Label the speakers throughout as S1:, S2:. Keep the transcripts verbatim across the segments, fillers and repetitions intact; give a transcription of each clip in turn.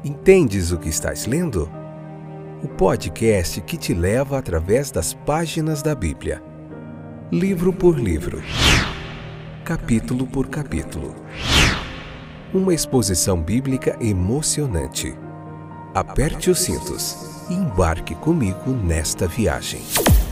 S1: Entendes o que estás lendo? O podcast que te leva através das páginas da Bíblia, livro por livro, capítulo por capítulo. Uma exposição bíblica emocionante. Aperte os cintos e embarque comigo nesta viagem.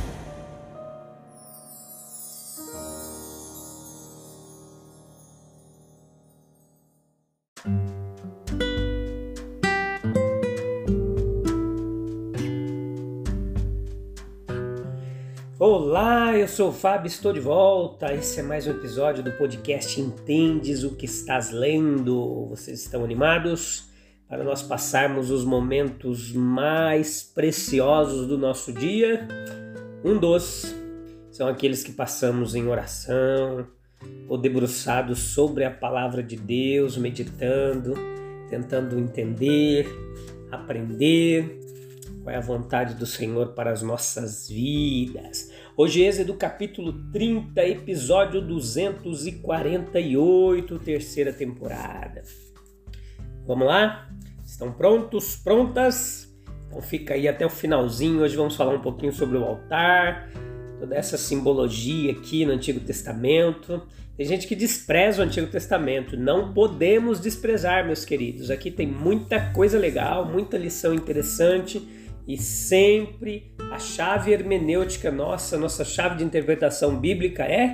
S2: Olá, eu sou o Fábio, estou de volta. Esse é mais um episódio do podcast Entendes o que estás lendo? Vocês estão animados para nós passarmos os momentos mais preciosos do nosso dia? Um dos são aqueles que passamos em oração ou debruçados sobre a palavra de Deus, meditando, tentando entender, aprender qual é a vontade do Senhor para as nossas vidas. Hoje, Êxodo capítulo trinta, episódio duzentos e quarenta e oito, terceira temporada. Vamos lá? Estão prontos? Prontas? Então fica aí até o finalzinho. Hoje vamos falar um pouquinho sobre o altar, toda essa simbologia aqui no Antigo Testamento. Tem gente que despreza o Antigo Testamento. Não podemos desprezar, meus queridos. Aqui tem muita coisa legal, muita lição interessante. E sempre a chave hermenêutica nossa, nossa chave de interpretação bíblica é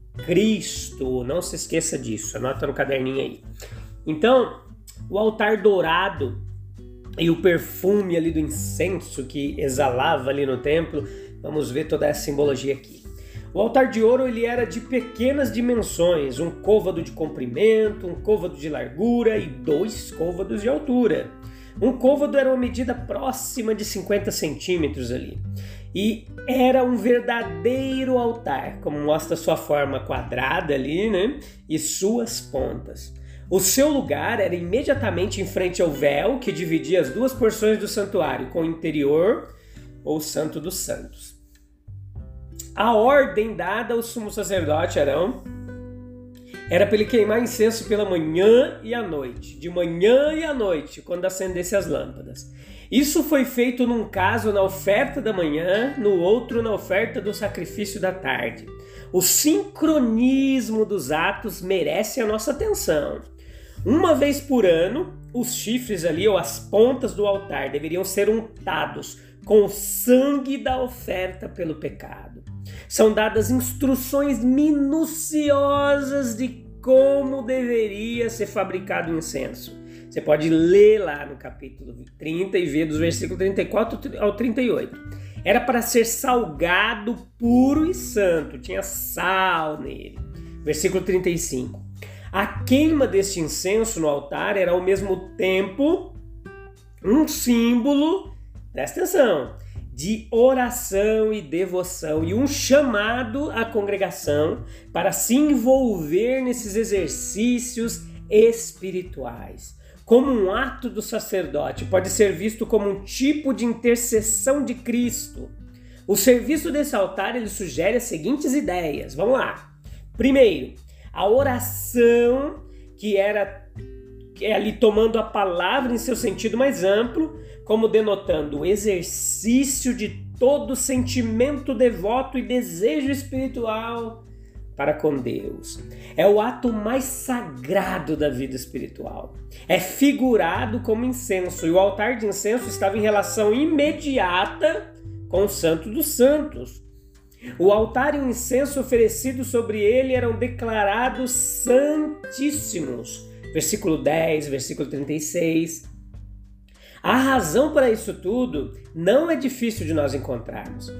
S2: Cristo. Não se esqueça disso, anota no caderninho aí. Então, o altar dourado e o perfume ali do incenso que exalava ali no templo, vamos ver toda essa simbologia aqui. O altar de ouro ele era de pequenas dimensões, um côvado de comprimento, um côvado de largura e dois côvados de altura. Um côvado era uma medida próxima de cinquenta centímetros ali. E era um verdadeiro altar, como mostra sua forma quadrada ali, né? E suas pontas. O seu lugar era imediatamente em frente ao véu que dividia as duas porções do santuário, com o interior ou santo dos santos. A ordem dada ao sumo sacerdote Arão era para ele queimar incenso pela manhã e à noite, de manhã e à noite, quando acendesse as lâmpadas. Isso foi feito num caso na oferta da manhã, no outro na oferta do sacrifício da tarde. O sincronismo dos atos merece a nossa atenção. Uma vez por ano, os chifres ali, ou as pontas do altar, deveriam ser untados com o sangue da oferta pelo pecado. São dadas instruções minuciosas de como deveria ser fabricado o incenso. Você pode ler lá no capítulo trinta e ver dos versículos trinta e quatro ao trinta e oito. Era para ser salgado, puro e santo. Tinha sal nele. Versículo trinta e cinco. A queima deste incenso no altar era ao mesmo tempo um símbolo, presta atenção, de oração e devoção e um chamado à congregação para se envolver nesses exercícios espirituais. Como um ato do sacerdote, pode ser visto como um tipo de intercessão de Cristo. O serviço desse altar ele sugere as seguintes ideias. Vamos lá. Primeiro, a oração, que era é ali tomando a palavra em seu sentido mais amplo, como denotando o exercício de todo sentimento devoto e desejo espiritual para com Deus. É o ato mais sagrado da vida espiritual. É figurado como incenso, e o altar de incenso estava em relação imediata com o Santo dos Santos. O altar e o incenso oferecido sobre ele eram declarados santíssimos. Versículo dez, versículo trinta e seis. A razão para isso tudo não é difícil de nós encontrarmos.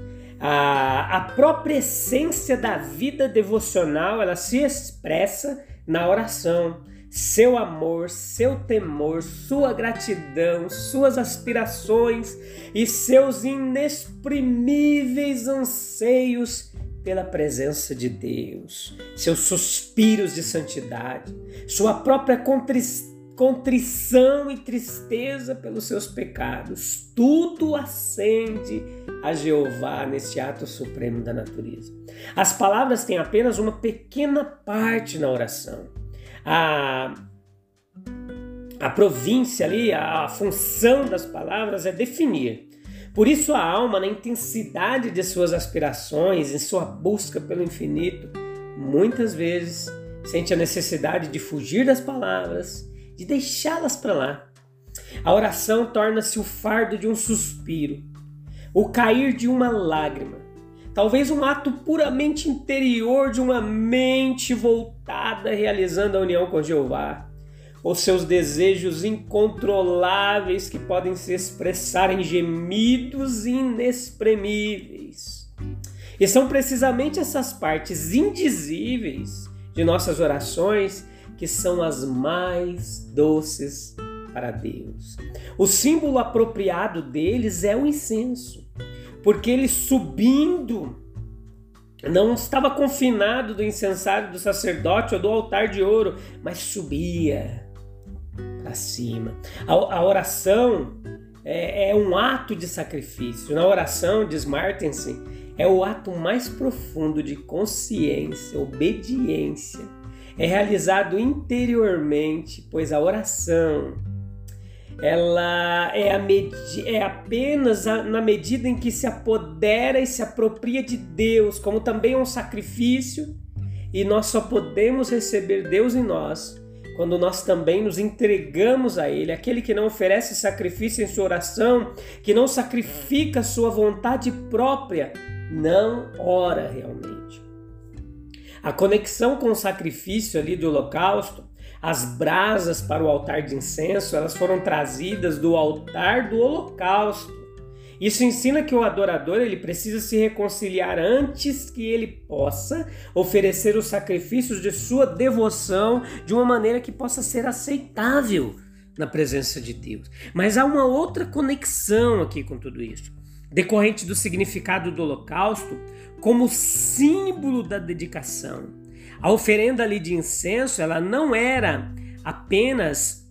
S2: A, a própria essência da vida devocional, ela se expressa na oração. Seu amor, seu temor, sua gratidão, suas aspirações e seus inexprimíveis anseios pela presença de Deus, seus suspiros de santidade, sua própria contrição, contrição e tristeza pelos seus pecados, tudo acende a Jeová nesse ato supremo da natureza. As palavras têm apenas uma pequena parte na oração. A, A província ali, a função das palavras é definir. Por isso a alma, na intensidade de suas aspirações, em sua busca pelo infinito, muitas vezes sente a necessidade de fugir das palavras, de deixá-las para lá. A oração torna-se o fardo de um suspiro, o cair de uma lágrima, talvez um ato puramente interior de uma mente voltada realizando a união com Jeová, ou seus desejos incontroláveis que podem se expressar em gemidos inexprimíveis. E são precisamente essas partes indizíveis de nossas orações que são as mais doces para Deus. O símbolo apropriado deles é o incenso, porque ele subindo não estava confinado do incensário do sacerdote ou do altar de ouro, mas subia para cima. A, a oração é, é um ato de sacrifício. Na oração, diz Martensen, é o ato mais profundo de consciência, obediência. É realizado interiormente, pois a oração ela é, a medi- é apenas a, na medida em que se apodera e se apropria de Deus, como também é um sacrifício, e nós só podemos receber Deus em nós quando nós também nos entregamos a Ele. Aquele que não oferece sacrifício em sua oração, que não sacrifica sua vontade própria, não ora realmente. A conexão com o sacrifício ali do holocausto, as brasas para o altar de incenso, elas foram trazidas do altar do holocausto. Isso ensina que o adorador ele precisa se reconciliar antes que ele possa oferecer os sacrifícios de sua devoção de uma maneira que possa ser aceitável na presença de Deus. Mas há uma outra conexão aqui com tudo isso, decorrente do significado do holocausto como símbolo da dedicação. A oferenda ali de incenso, ela não era apenas,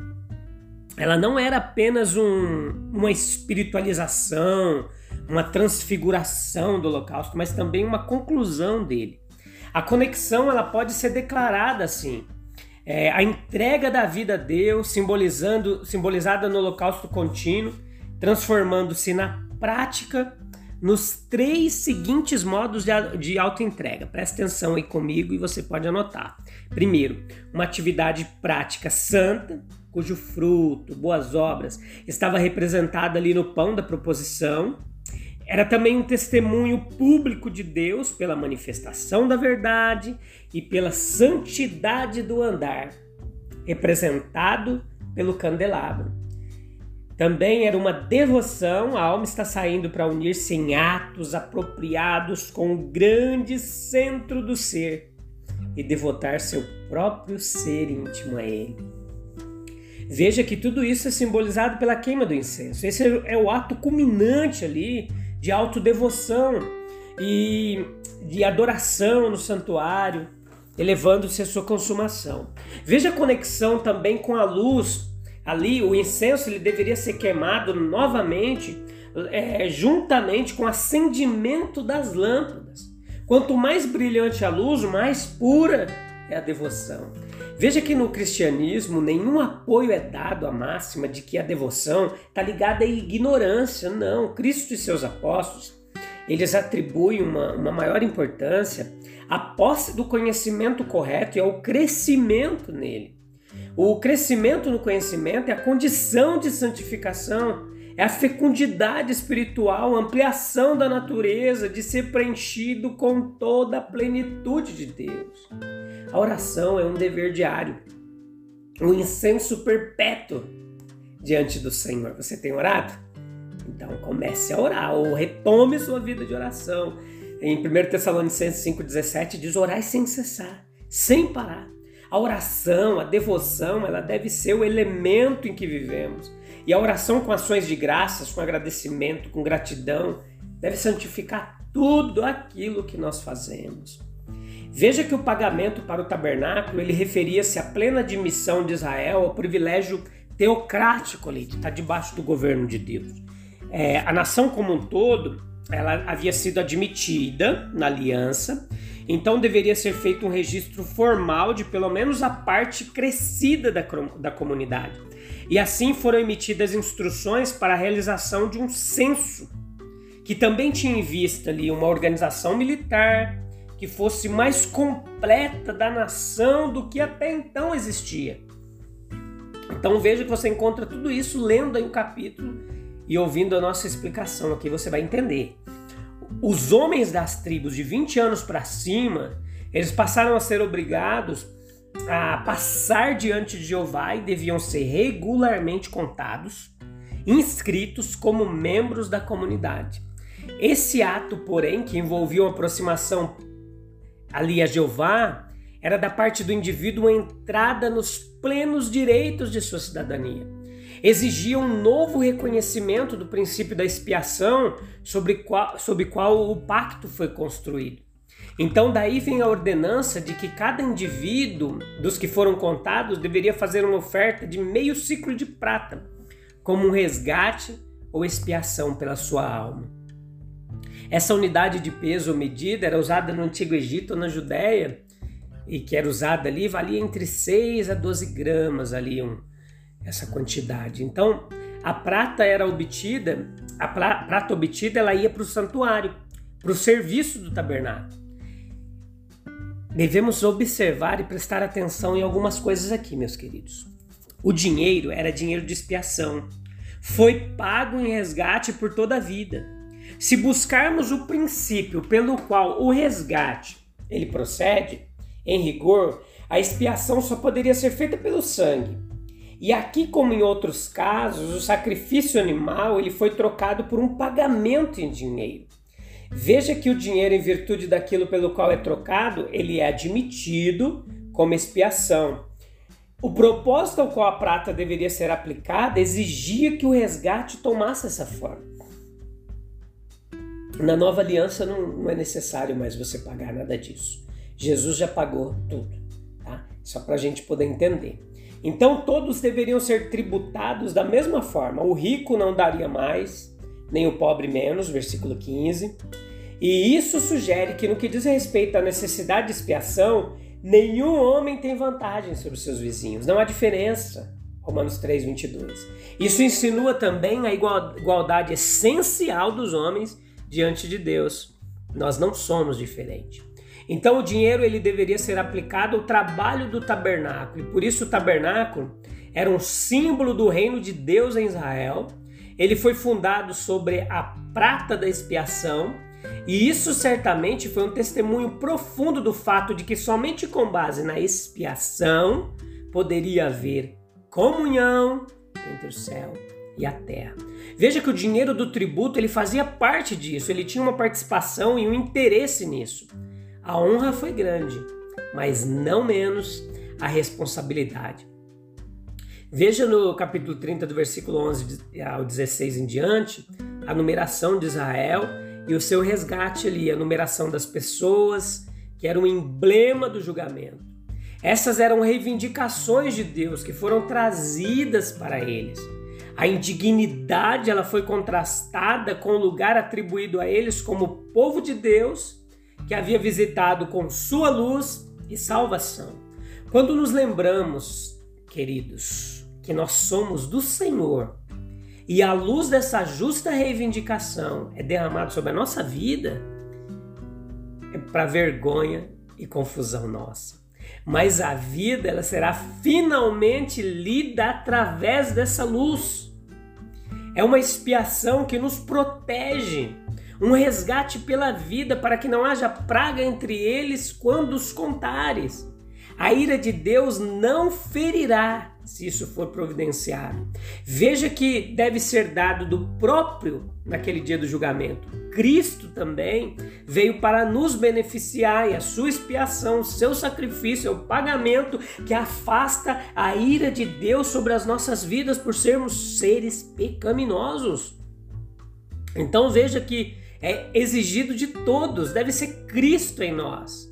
S2: ela não era apenas um, uma espiritualização, uma transfiguração do holocausto, mas também uma conclusão dele. A conexão ela pode ser declarada assim. É, a entrega da vida a Deus, simbolizando, simbolizada no holocausto contínuo, transformando-se na prática nos três seguintes modos de, de autoentrega. Presta atenção aí comigo e você pode anotar. Primeiro, uma atividade prática santa, cujo fruto, boas obras, estava representada ali no pão da proposição. Era também um testemunho público de Deus pela manifestação da verdade e pela santidade do andar, representado pelo candelabro. Também era uma devoção, a alma está saindo para unir-se em atos apropriados com o grande centro do ser e devotar seu próprio ser íntimo a ele. Veja que tudo isso é simbolizado pela queima do incenso. Esse é o ato culminante ali de autodevoção e de adoração no santuário, elevando-se a sua consumação. Veja a conexão também com a luz. Ali o incenso ele deveria ser queimado novamente, é, juntamente com o acendimento das lâmpadas. Quanto mais brilhante a luz, mais pura é a devoção. Veja que no cristianismo nenhum apoio é dado à máxima de que a devoção está ligada à ignorância. Não, Cristo e seus apóstolos, eles atribuem uma, uma maior importância à posse do conhecimento correto e ao crescimento nele. O crescimento no conhecimento é a condição de santificação, é a fecundidade espiritual, a ampliação da natureza, de ser preenchido com toda a plenitude de Deus. A oração é um dever diário, um incenso perpétuo diante do Senhor. Você tem orado? Então comece a orar ou retome sua vida de oração. Em primeira Tessalonicenses cinco, dezessete diz: orai sem cessar, sem parar. A oração, a devoção, ela deve ser o elemento em que vivemos. E a oração com ações de graças, com agradecimento, com gratidão, deve santificar tudo aquilo que nós fazemos. Veja que o pagamento para o tabernáculo, ele referia-se à plena admissão de Israel ao privilégio teocrático ali, de estar debaixo do governo de Deus. É, a nação como um todo, ela havia sido admitida na aliança, Então deveria ser feito um registro formal de pelo menos a parte crescida da, da comunidade. E assim foram emitidas instruções para a realização de um censo, que também tinha em vista ali uma organização militar que fosse mais completa da nação do que até então existia. Então veja que você encontra tudo isso lendo aí o capítulo e ouvindo a nossa explicação aqui, você vai entender. Os homens das tribos de vinte anos para cima, eles passaram a ser obrigados a passar diante de Jeová e deviam ser regularmente contados, inscritos como membros da comunidade. Esse ato, porém, que envolvia uma aproximação ali a Jeová, era da parte do indivíduo uma entrada nos plenos direitos de sua cidadania. Exigia um novo reconhecimento do princípio da expiação sobre qual, sobre qual o pacto foi construído. Então daí vem a ordenança de que cada indivíduo dos que foram contados deveria fazer uma oferta de meio ciclo de prata, como um resgate ou expiação pela sua alma. Essa unidade de peso ou medida era usada no Antigo Egito ou na Judéia, e que era usada ali, valia entre seis a doze gramas ali, um, essa quantidade. Então, a prata era obtida, a prata obtida ela ia para o santuário, para o serviço do tabernáculo. Devemos observar e prestar atenção em algumas coisas aqui, meus queridos. O dinheiro era dinheiro de expiação, foi pago em resgate por toda a vida. Se buscarmos o princípio pelo qual o resgate ele procede, em rigor, a expiação só poderia ser feita pelo sangue. E aqui, como em outros casos, o sacrifício animal ele foi trocado por um pagamento em dinheiro. Veja que o dinheiro, em virtude daquilo pelo qual é trocado, ele é admitido como expiação. O propósito ao qual a prata deveria ser aplicada exigia que o resgate tomasse essa forma. Na nova aliança não, não é necessário mais você pagar nada disso. Jesus já pagou tudo, tá? Só para a gente poder entender. Então todos deveriam ser tributados da mesma forma. O rico não daria mais, nem o pobre menos, versículo quinze. E isso sugere que no que diz respeito à necessidade de expiação, nenhum homem tem vantagem sobre seus vizinhos. Não há diferença. Romanos três, vinte e dois. Isso insinua também a igualdade essencial dos homens diante de Deus. Nós não somos diferentes. Então o dinheiro ele deveria ser aplicado ao trabalho do tabernáculo. E por isso o tabernáculo era um símbolo do reino de Deus em Israel. Ele foi fundado sobre a prata da expiação. E isso certamente foi um testemunho profundo do fato de que somente com base na expiação poderia haver comunhão entre o céu e a terra. Veja que o dinheiro do tributo ele fazia parte disso, ele tinha uma participação e um interesse nisso. A honra foi grande, mas não menos a responsabilidade. Veja no capítulo trinta, do versículo onze ao dezesseis em diante, a numeração de Israel e o seu resgate ali, a numeração das pessoas, que era um emblema do julgamento. Essas eram reivindicações de Deus que foram trazidas para eles. A indignidade ela foi contrastada com o lugar atribuído a eles como povo de Deus que havia visitado com sua luz e salvação. Quando nos lembramos, queridos, que nós somos do Senhor e a luz dessa justa reivindicação é derramada sobre a nossa vida, é para vergonha e confusão nossa. Mas a vida ela será finalmente lida através dessa luz. É uma expiação que nos protege, um resgate pela vida para que não haja praga entre eles quando os contares. A ira de Deus não ferirá se isso for providenciado. Veja que deve ser dado do próprio naquele dia do julgamento. Cristo também veio para nos beneficiar e a sua expiação, o seu sacrifício, é o pagamento que afasta a ira de Deus sobre as nossas vidas por sermos seres pecaminosos. Então veja que é exigido de todos, deve ser Cristo em nós.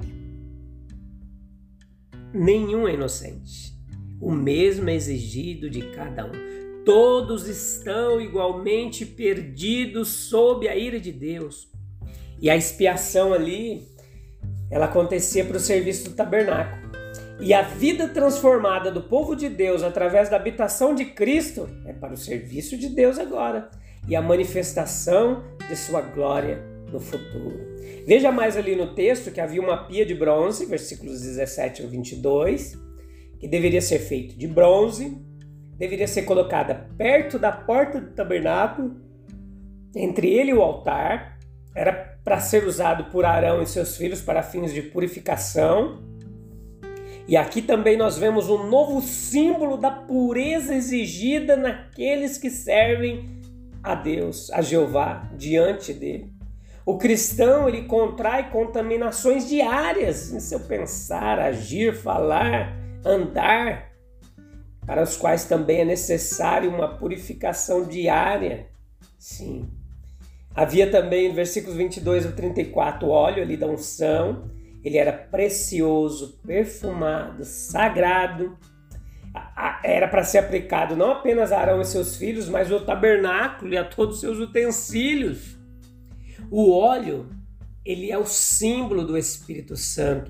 S2: Nenhum é inocente. O mesmo é exigido de cada um. Todos estão igualmente perdidos sob a ira de Deus. E a expiação ali, ela acontecia para o serviço do tabernáculo. E a vida transformada do povo de Deus através da habitação de Cristo é para o serviço de Deus agora e a manifestação de sua glória no futuro. Veja mais ali no texto que havia uma pia de bronze, versículos dezessete ao vinte e dois, que deveria ser feito de bronze, deveria ser colocada perto da porta do tabernáculo, entre ele e o altar, era para ser usado por Arão e seus filhos para fins de purificação. E aqui também nós vemos um novo símbolo da pureza exigida naqueles que servem a Deus, a Jeová, diante dele. O cristão, ele contrai contaminações diárias em seu pensar, agir, falar, andar, para os quais também é necessário uma purificação diária. Sim. Havia também, no versículos vinte e dois ao trinta e quatro, o óleo ali da unção. Ele era precioso, perfumado, sagrado. Era para ser aplicado não apenas a Arão e seus filhos, mas ao tabernáculo e a todos os seus utensílios. O óleo, ele é o símbolo do Espírito Santo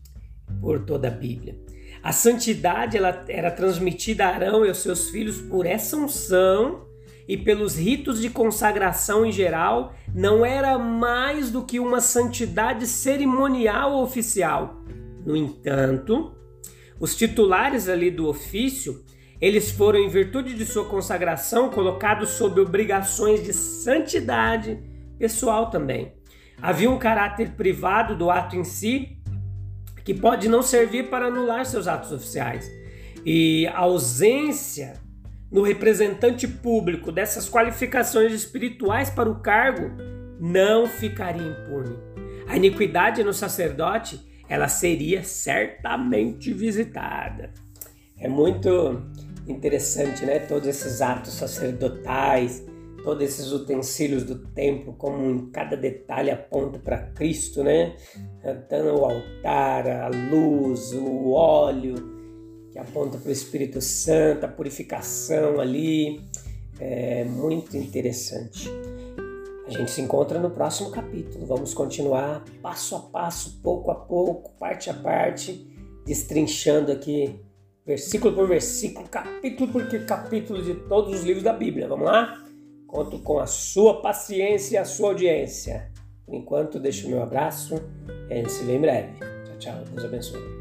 S2: por toda a Bíblia. A santidade ela era transmitida a Arão e aos seus filhos por essa unção e pelos ritos de consagração em geral, não era mais do que uma santidade cerimonial ou oficial. No entanto, os titulares ali do ofício, eles foram, em virtude de sua consagração, colocados sob obrigações de santidade pessoal também. Havia um caráter privado do ato em si, que pode não servir para anular seus atos oficiais. E a ausência no representante público dessas qualificações espirituais para o cargo não ficaria impune. A iniquidade no sacerdote, ela seria certamente visitada. É muito interessante, né? Todos esses atos sacerdotais, todos esses utensílios do templo, como em cada detalhe aponta para Cristo, né? Então, o altar, a luz, o óleo, que aponta para o Espírito Santo, a purificação ali. É muito interessante. A gente se encontra no próximo capítulo. Vamos continuar passo a passo, pouco a pouco, parte a parte, destrinchando aqui, versículo por versículo, capítulo por capítulo de todos os livros da Bíblia. Vamos lá? Conto com a sua paciência e a sua audiência. Por enquanto, deixo o meu abraço. A gente se vê em breve. Tchau, tchau. Deus abençoe.